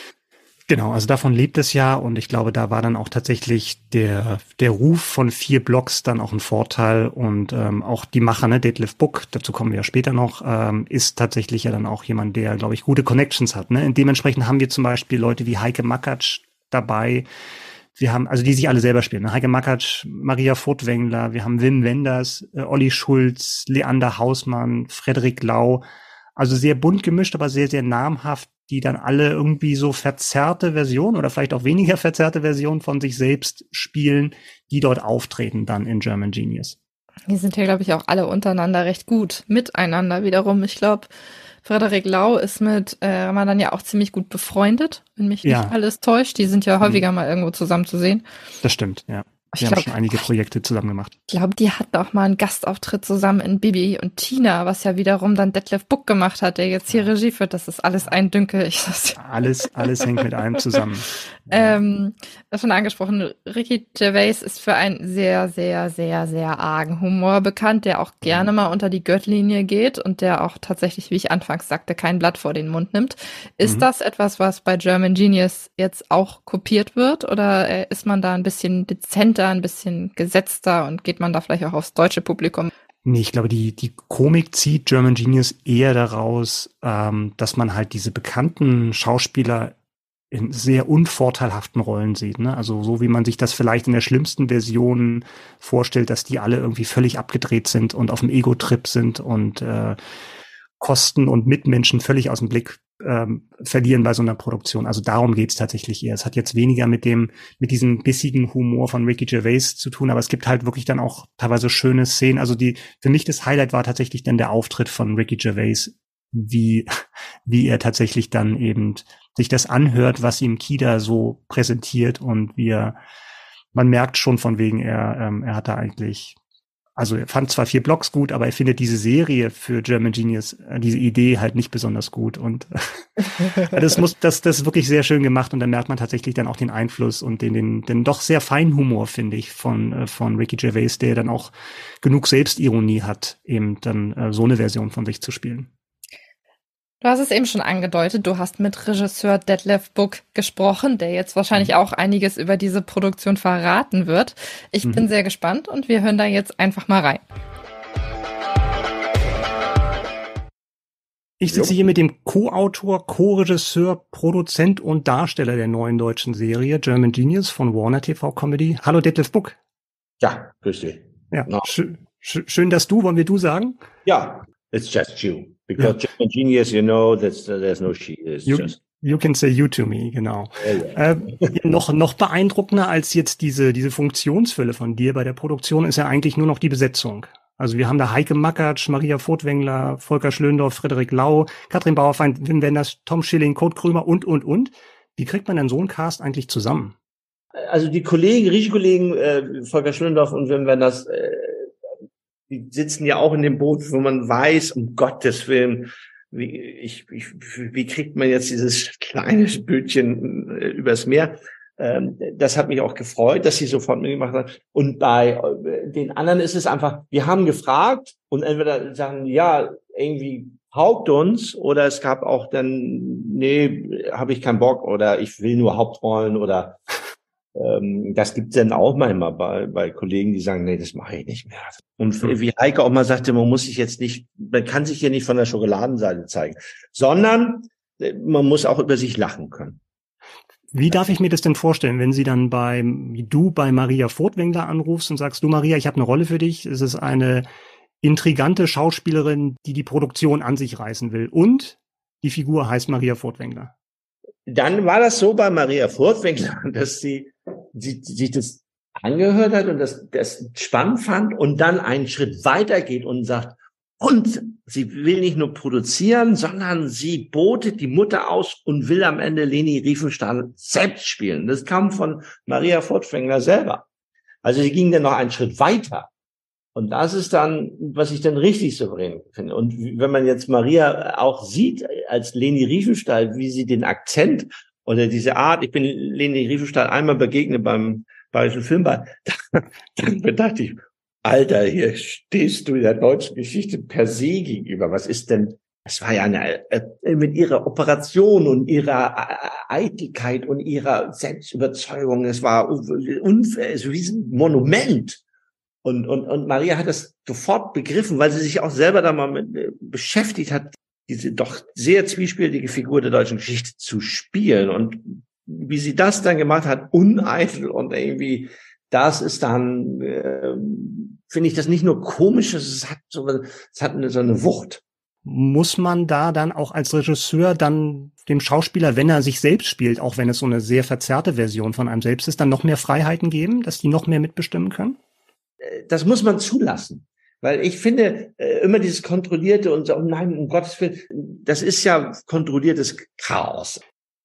Genau, also davon lebt es ja und ich glaube, da war dann auch tatsächlich der Ruf von 4 Blocks dann auch ein Vorteil und auch die Macher, ne, Detlef Buck, dazu kommen wir ja später noch, ist tatsächlich ja dann auch jemand, der, glaube ich, gute Connections hat. Ne? Und dementsprechend haben wir zum Beispiel Leute wie Heike Makatsch dabei. Wir haben, also die sich alle selber spielen. Ne? Heike Makatsch, Maria Furtwängler, wir haben Wim Wenders, Olli Schulz, Leander Hausmann, Frederik Lau. Also sehr bunt gemischt, aber sehr, sehr namhaft, die dann alle irgendwie so verzerrte Versionen oder vielleicht auch weniger verzerrte Versionen von sich selbst spielen, die dort auftreten dann in German Genius. Die sind ja, glaube ich, auch alle untereinander recht gut miteinander wiederum. Ich glaube, Frederik Lau ist mit Ramadan ja auch ziemlich gut befreundet, wenn mich nicht alles täuscht. Die sind ja häufiger mal irgendwo zusammen zu sehen. Das stimmt, ja. Wir haben schon einige Projekte zusammen gemacht. Ich glaube, die hatten auch mal einen Gastauftritt zusammen in Bibi und Tina, was ja wiederum dann Detlef Buck gemacht hat, der jetzt hier Regie führt. Das ist alles ein Dünkel. Alles hängt mit allem zusammen. Schon angesprochen, Ricky Gervais ist für einen sehr, sehr, sehr, sehr argen Humor bekannt, der auch gerne mal unter die Gürtellinie geht und der auch tatsächlich, wie ich anfangs sagte, kein Blatt vor den Mund nimmt. Ist das etwas, was bei German Genius jetzt auch kopiert wird oder ist man da ein bisschen dezenter, ein bisschen gesetzter und geht man da vielleicht auch aufs deutsche Publikum? Nee, ich glaube, die Komik zieht German Genius eher daraus, dass man halt diese bekannten Schauspieler in sehr unvorteilhaften Rollen sieht, ne? Also so wie man sich das vielleicht in der schlimmsten Version vorstellt, dass die alle irgendwie völlig abgedreht sind und auf dem Ego-Trip sind und Kosten und Mitmenschen völlig aus dem Blick verlieren bei so einer Produktion. Also darum geht's tatsächlich eher. Es hat jetzt weniger mit diesem bissigen Humor von Ricky Gervais zu tun, aber es gibt halt wirklich dann auch teilweise schöne Szenen. Also für mich das Highlight war tatsächlich dann der Auftritt von Ricky Gervais, wie er tatsächlich dann eben sich das anhört, was ihm Kida so präsentiert und man merkt schon von wegen, er hat da eigentlich, also er fand zwar 4 Blocks gut, aber er findet diese Serie für German Genius, diese Idee halt nicht besonders gut und das ist wirklich sehr schön gemacht und da merkt man tatsächlich dann auch den Einfluss und den doch sehr feinen Humor, finde ich, von Ricky Gervais, der dann auch genug Selbstironie hat, eben dann so eine Version von sich zu spielen. Du hast es eben schon angedeutet, du hast mit Regisseur Detlef Buck gesprochen, der jetzt wahrscheinlich auch einiges über diese Produktion verraten wird. Ich bin sehr gespannt und wir hören da jetzt einfach mal rein. Ich sitze hier mit dem Co-Autor, Co-Regisseur, Produzent und Darsteller der neuen deutschen Serie German Genius von Warner TV Comedy. Hallo Detlef Buck. Ja, grüß dich. Ja, no. Schön, dass wollen wir du sagen? Ja, it's just you. Because German Genius, you know, there's no she. You can say you to me, genau. Noch beeindruckender als jetzt diese Funktionsfülle von dir bei der Produktion ist ja eigentlich nur noch die Besetzung. Also wir haben da Heike Makatsch, Maria Furtwängler, Volker Schlöndorff, Frederik Lau, Katrin Bauerfeind, Wim Wenders, Tom Schilling, Kurt Krömer und. Wie kriegt man denn so einen Cast eigentlich zusammen? Also die Regiekollegen Volker Schlöndorff und Wim Wenders, die sitzen ja auch in dem Boot, wo man weiß, um Gottes Willen, wie kriegt man jetzt dieses kleine Bötchen übers Meer? Das hat mich auch gefreut, dass sie sofort mitgemacht hat. Und bei den anderen ist es einfach, wir haben gefragt und entweder sagen, ja, irgendwie haupt uns, oder es gab auch dann, nee, habe ich keinen Bock oder ich will nur Hauptrollen oder das gibt's dann auch manchmal bei Kollegen, die sagen, nee, das mache ich nicht mehr. Und wie Heike auch mal sagte, man kann sich hier nicht von der Schokoladenseite zeigen, sondern man muss auch über sich lachen können. Wie darf ich mir das denn vorstellen, wenn sie dann bei Maria Furtwängler anrufst und sagst, du Maria, ich habe eine Rolle für dich, es ist eine intrigante Schauspielerin, die Produktion an sich reißen will und die Figur heißt Maria Furtwängler. Dann war das so bei Maria Furtwängler, dass sie sich das angehört hat und das spannend fand und dann einen Schritt weiter geht und sagt, und sie will nicht nur produzieren, sondern sie botet die Mutter aus und will am Ende Leni Riefenstahl selbst spielen. Das kam von Maria Furtwängler selber. Also sie ging dann noch einen Schritt weiter. Und das ist dann, was ich dann richtig souverän finde. Und wenn man jetzt Maria auch sieht als Leni Riefenstahl, wie sie den Akzent oder diese Art, ich bin Leni Riefenstahl einmal begegnet beim Bayerischen Filmball, dann dachte ich, Alter, hier stehst du der deutschen Geschichte per se gegenüber. Was ist denn, das war ja mit ihrer Operation und ihrer Eitelkeit und ihrer Selbstüberzeugung, es war so wie ein Monument. Und Maria hat das sofort begriffen, weil sie sich auch selber da mal mit beschäftigt hat, diese doch sehr zwiespältige Figur der deutschen Geschichte zu spielen. Und wie sie das dann gemacht hat, uneitel und irgendwie, das ist dann, finde ich das nicht nur komisch, es hat so eine Wucht. Muss man da dann auch als Regisseur dann dem Schauspieler, wenn er sich selbst spielt, auch wenn es so eine sehr verzerrte Version von einem selbst ist, dann noch mehr Freiheiten geben, dass die noch mehr mitbestimmen können? Das muss man zulassen. Weil ich finde, immer dieses Kontrollierte und so, oh nein, um Gottes Willen, das ist ja kontrolliertes Chaos.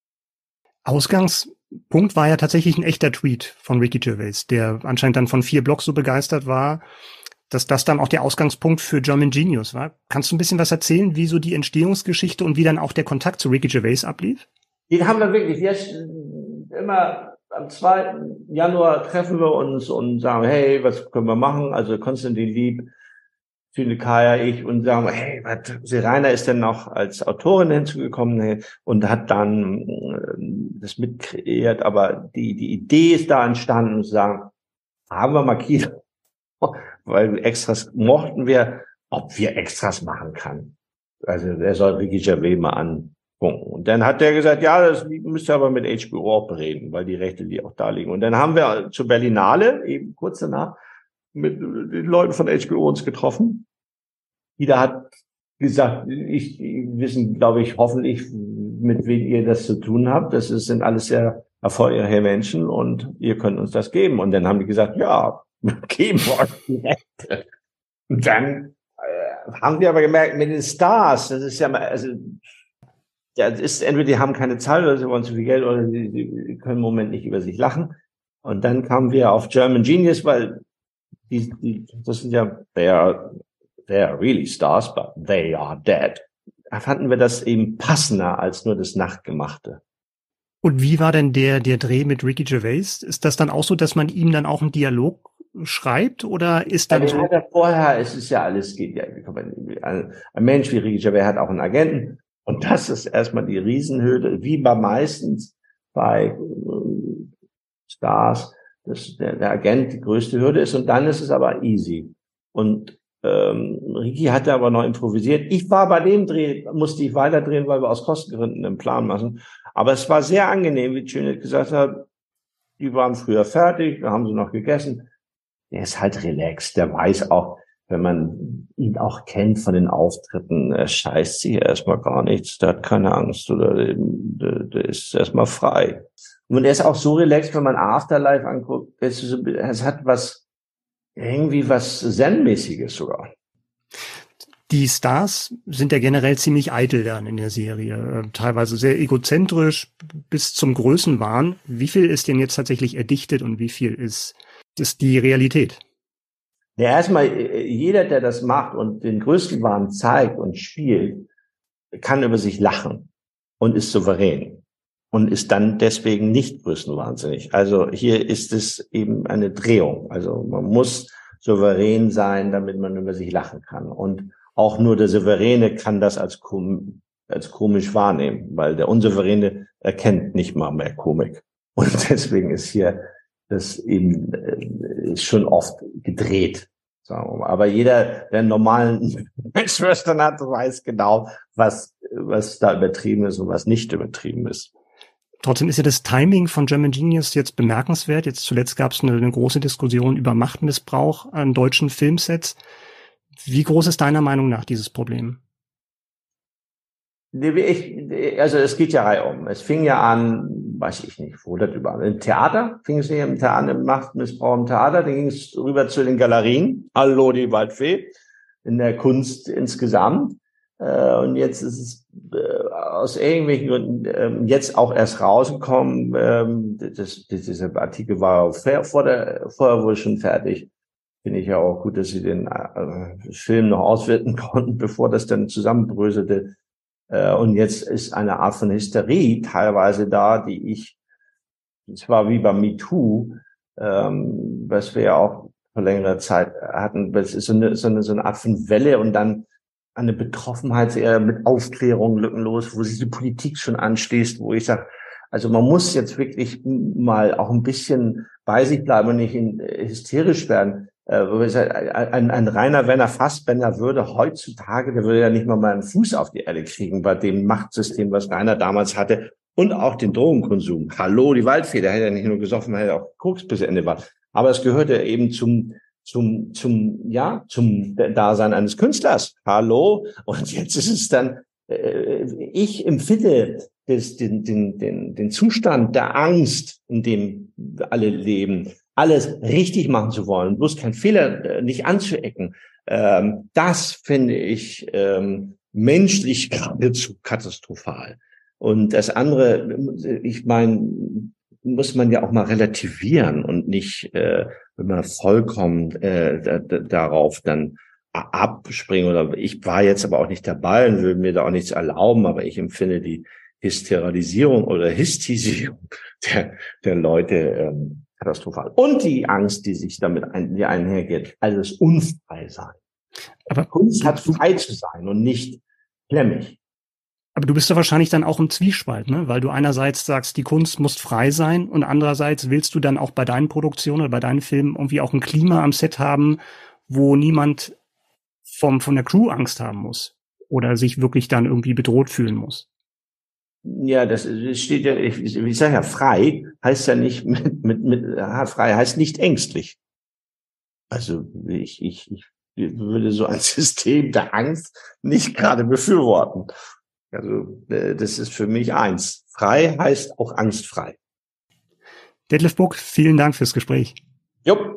Ausgangspunkt war ja tatsächlich ein echter Tweet von Ricky Gervais, der anscheinend dann von 4 Blogs so begeistert war, dass das dann auch der Ausgangspunkt für German Genius war. Kannst du ein bisschen was erzählen, wie so die Entstehungsgeschichte und wie dann auch der Kontakt zu Ricky Gervais ablief? Den haben wir wirklich jetzt immer am 2. Januar treffen wir uns und sagen, hey, was können wir machen? Also Konstantin Lieb, Tine Kaya, ich, und sagen, hey, Serena ist dann noch als Autorin hinzugekommen und hat dann das mitkreiert, aber die Idee ist da entstanden, und sagen, haben wir mal Kino, weil Extras mochten wir, ob wir Extras machen kann. Also er soll Ricky Gervais mal an. Und dann hat der gesagt, ja, das müsst ihr aber mit HBO auch bereden, weil die Rechte, die auch da liegen. Und dann haben wir zur Berlinale, eben kurz danach, mit den Leuten von HBO uns getroffen. Jeder hat gesagt, wissen, glaube ich, hoffentlich, mit wem ihr das zu tun habt. Sind alles sehr erfolgreiche Menschen und ihr könnt uns das geben. Und dann haben die gesagt, ja, geben wir euch die Rechte. Und dann haben wir aber gemerkt, mit den Stars, das ist ja mal, also, ja, es ist entweder die haben keine Zeit oder sie wollen zu viel Geld oder die können im Moment nicht über sich lachen. Und dann kamen wir auf German Genius, weil das sind ja, they are really stars, but they are dead. Da fanden wir das eben passender als nur das Nachtgemachte. Und wie war denn der Dreh mit Ricky Gervais? Ist das dann auch so, dass man ihm dann auch einen Dialog schreibt oder ist dann so? Vorher, es ist ja alles, geht ja, ein Mensch wie Ricky Gervais hat auch einen Agenten und das ist erstmal die Riesenhürde, wie meistens bei Stars, dass der Agent die größte Hürde ist und dann ist es aber easy. Und Ricky hatte aber noch improvisiert. Ich war bei dem Dreh, musste ich weiterdrehen, weil wir aus Kostengründen einen Plan machen. Aber es war sehr angenehm, wie Janet gesagt hat, die waren früher fertig, da haben sie noch gegessen. Der ist halt relaxed, der weiß auch, wenn man ihn auch kennt von den Auftritten, er scheißt sich erstmal gar nichts, der hat keine Angst oder der ist erstmal frei. Und er ist auch so relaxed, wenn man Afterlife anguckt, es hat irgendwie was Zen-mäßiges sogar. Die Stars sind ja generell ziemlich eitel dann in der Serie, teilweise sehr egozentrisch bis zum Größenwahn. Wie viel ist denn jetzt tatsächlich erdichtet und wie viel ist die Realität? Ja, erstmal, jeder, der das macht und den Größenwahn zeigt und spielt, kann über sich lachen und ist souverän und ist dann deswegen nicht größenwahnsinnig. Also hier ist es eben eine Drehung. Also man muss souverän sein, damit man über sich lachen kann. Und auch nur der Souveräne kann das als komisch wahrnehmen, weil der Unsouveräne erkennt nicht mal mehr Komik. Und deswegen ist hier das eben ist schon oft gedreht, sagen wir mal. Aber jeder, der einen normalen Menschenverstand hat, weiß genau, was da übertrieben ist und was nicht übertrieben ist. Trotzdem ist ja das Timing von German Genius jetzt bemerkenswert. Jetzt zuletzt gab es eine große Diskussion über Machtmissbrauch an deutschen Filmsets. Wie groß ist deiner Meinung nach dieses Problem? Also es geht ja reihum. Es fing ja an, weiß ich nicht, wo das überall. Im Theater fing es nicht im Machtmissbrauch im Theater, dann ging es rüber zu den Galerien. Hallo, die Waldfee. In der Kunst insgesamt. Und jetzt ist es aus irgendwelchen Gründen jetzt auch erst rausgekommen. Dieser Artikel war vorher wohl schon fertig. Finde ich ja auch gut, dass sie den Film noch auswerten konnten, bevor das dann zusammenbröselte. Und jetzt ist eine Art von Hysterie teilweise da, zwar wie bei MeToo, was wir ja auch vor längerer Zeit hatten, es ist so eine Art von Welle und dann eine Betroffenheit eher mit Aufklärung lückenlos, wo sich die Politik schon anschließt, wo ich sage, also man muss jetzt wirklich mal auch ein bisschen bei sich bleiben und nicht hysterisch werden. Ein reiner Werner Fassbender würde heutzutage, der würde ja nicht mal einen Fuß auf die Erde kriegen bei dem Machtsystem, was Rainer damals hatte und auch den Drogenkonsum. Hallo, die Waldfee, der hätte ja nicht nur gesoffen, der hätte auch Koks bis Ende war. Aber es gehörte eben zum Dasein eines Künstlers. Hallo. Und jetzt ist es dann, ich empfinde den Zustand der Angst, in dem wir alle leben, alles richtig machen zu wollen, bloß keinen Fehler nicht anzuecken. Das finde ich menschlich geradezu katastrophal. Und das andere, ich meine, muss man ja auch mal relativieren und nicht immer vollkommen darauf dann abspringen. Oder ich war jetzt aber auch nicht dabei und will mir da auch nichts erlauben, aber ich empfinde die Hysterisierung oder Hystisierung der Leute katastrophal. Und die Angst, die sich damit einhergeht, also das Unfreisein. Aber Kunst hat frei zu sein und nicht klemmig. Aber du bist doch wahrscheinlich dann auch im Zwiespalt, ne? Weil du einerseits sagst, die Kunst muss frei sein und andererseits willst du dann auch bei deinen Produktionen oder bei deinen Filmen irgendwie auch ein Klima am Set haben, wo niemand von der Crew Angst haben muss oder sich wirklich dann irgendwie bedroht fühlen muss. Ja, das steht ja, ich sage ja, frei heißt ja nicht frei heißt nicht ängstlich. Also ich würde so ein System der Angst nicht gerade befürworten. Also das ist für mich eins. Frei heißt auch angstfrei. Detlef Buck, vielen Dank fürs Gespräch. Jupp.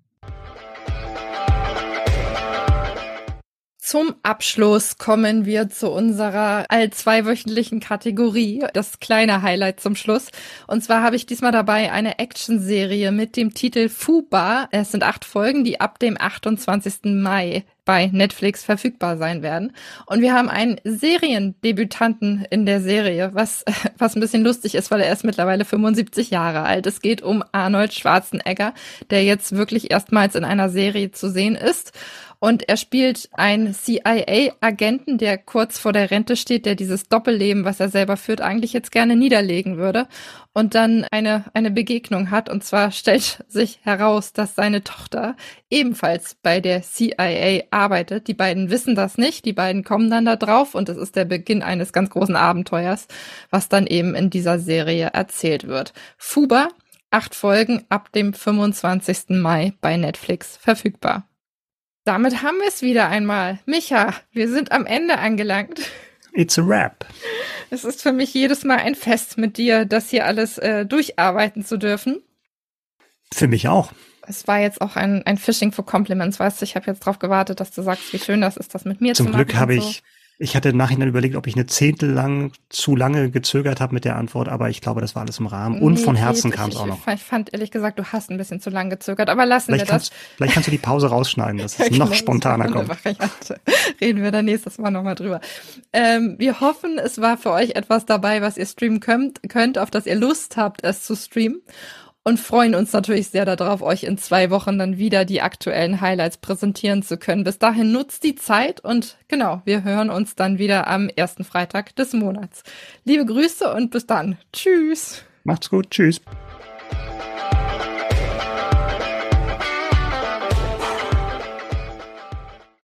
Zum Abschluss kommen wir zu unserer allzweiwöchentlichen Kategorie, das kleine Highlight zum Schluss. Und zwar habe ich diesmal dabei eine Actionserie mit dem Titel Fuba. Es sind 8 Folgen, die ab dem 28. Mai bei Netflix verfügbar sein werden. Und wir haben einen Seriendebütanten in der Serie, was ein bisschen lustig ist, weil er ist mittlerweile 75 Jahre alt. Es geht um Arnold Schwarzenegger, der jetzt wirklich erstmals in einer Serie zu sehen ist. Und er spielt einen CIA-Agenten, der kurz vor der Rente steht, der dieses Doppelleben, was er selber führt, eigentlich jetzt gerne niederlegen würde. Und dann eine Begegnung hat. Und zwar stellt sich heraus, dass seine Tochter ebenfalls bei der CIA arbeitet. Die beiden wissen das nicht. Die beiden kommen dann da drauf. Und es ist der Beginn eines ganz großen Abenteuers, was dann eben in dieser Serie erzählt wird. Fuba, 8 Folgen ab dem 25. Mai bei Netflix verfügbar. Damit haben wir es wieder einmal. Micha, wir sind am Ende angelangt. It's a wrap. Es ist für mich jedes Mal ein Fest mit dir, das hier alles durcharbeiten zu dürfen. Für mich auch. Es war jetzt auch ein Fishing for Compliments, weißt du, ich habe jetzt drauf gewartet, dass du sagst, wie schön das ist, das mit mir zu machen. Zum Glück habe ich hatte im Nachhinein überlegt, ob ich eine Zehntel lang zu lange gezögert habe mit der Antwort, aber ich glaube, das war alles im Rahmen. Und von Herzen kam es auch noch. Ich fand ehrlich gesagt, du hast ein bisschen zu lang gezögert, aber lassen wir das. Vielleicht kannst du die Pause rausschneiden, dass es noch spontaner kommt. Reden wir dann nächstes Mal nochmal drüber. Wir hoffen, es war für euch etwas dabei, was ihr streamen könnt, auf das ihr Lust habt, es zu streamen. Und freuen uns natürlich sehr darauf, euch in 2 Wochen dann wieder die aktuellen Highlights präsentieren zu können. Bis dahin nutzt die Zeit und genau, wir hören uns dann wieder am 1. Freitag des Monats. Liebe Grüße und bis dann. Tschüss. Macht's gut. Tschüss.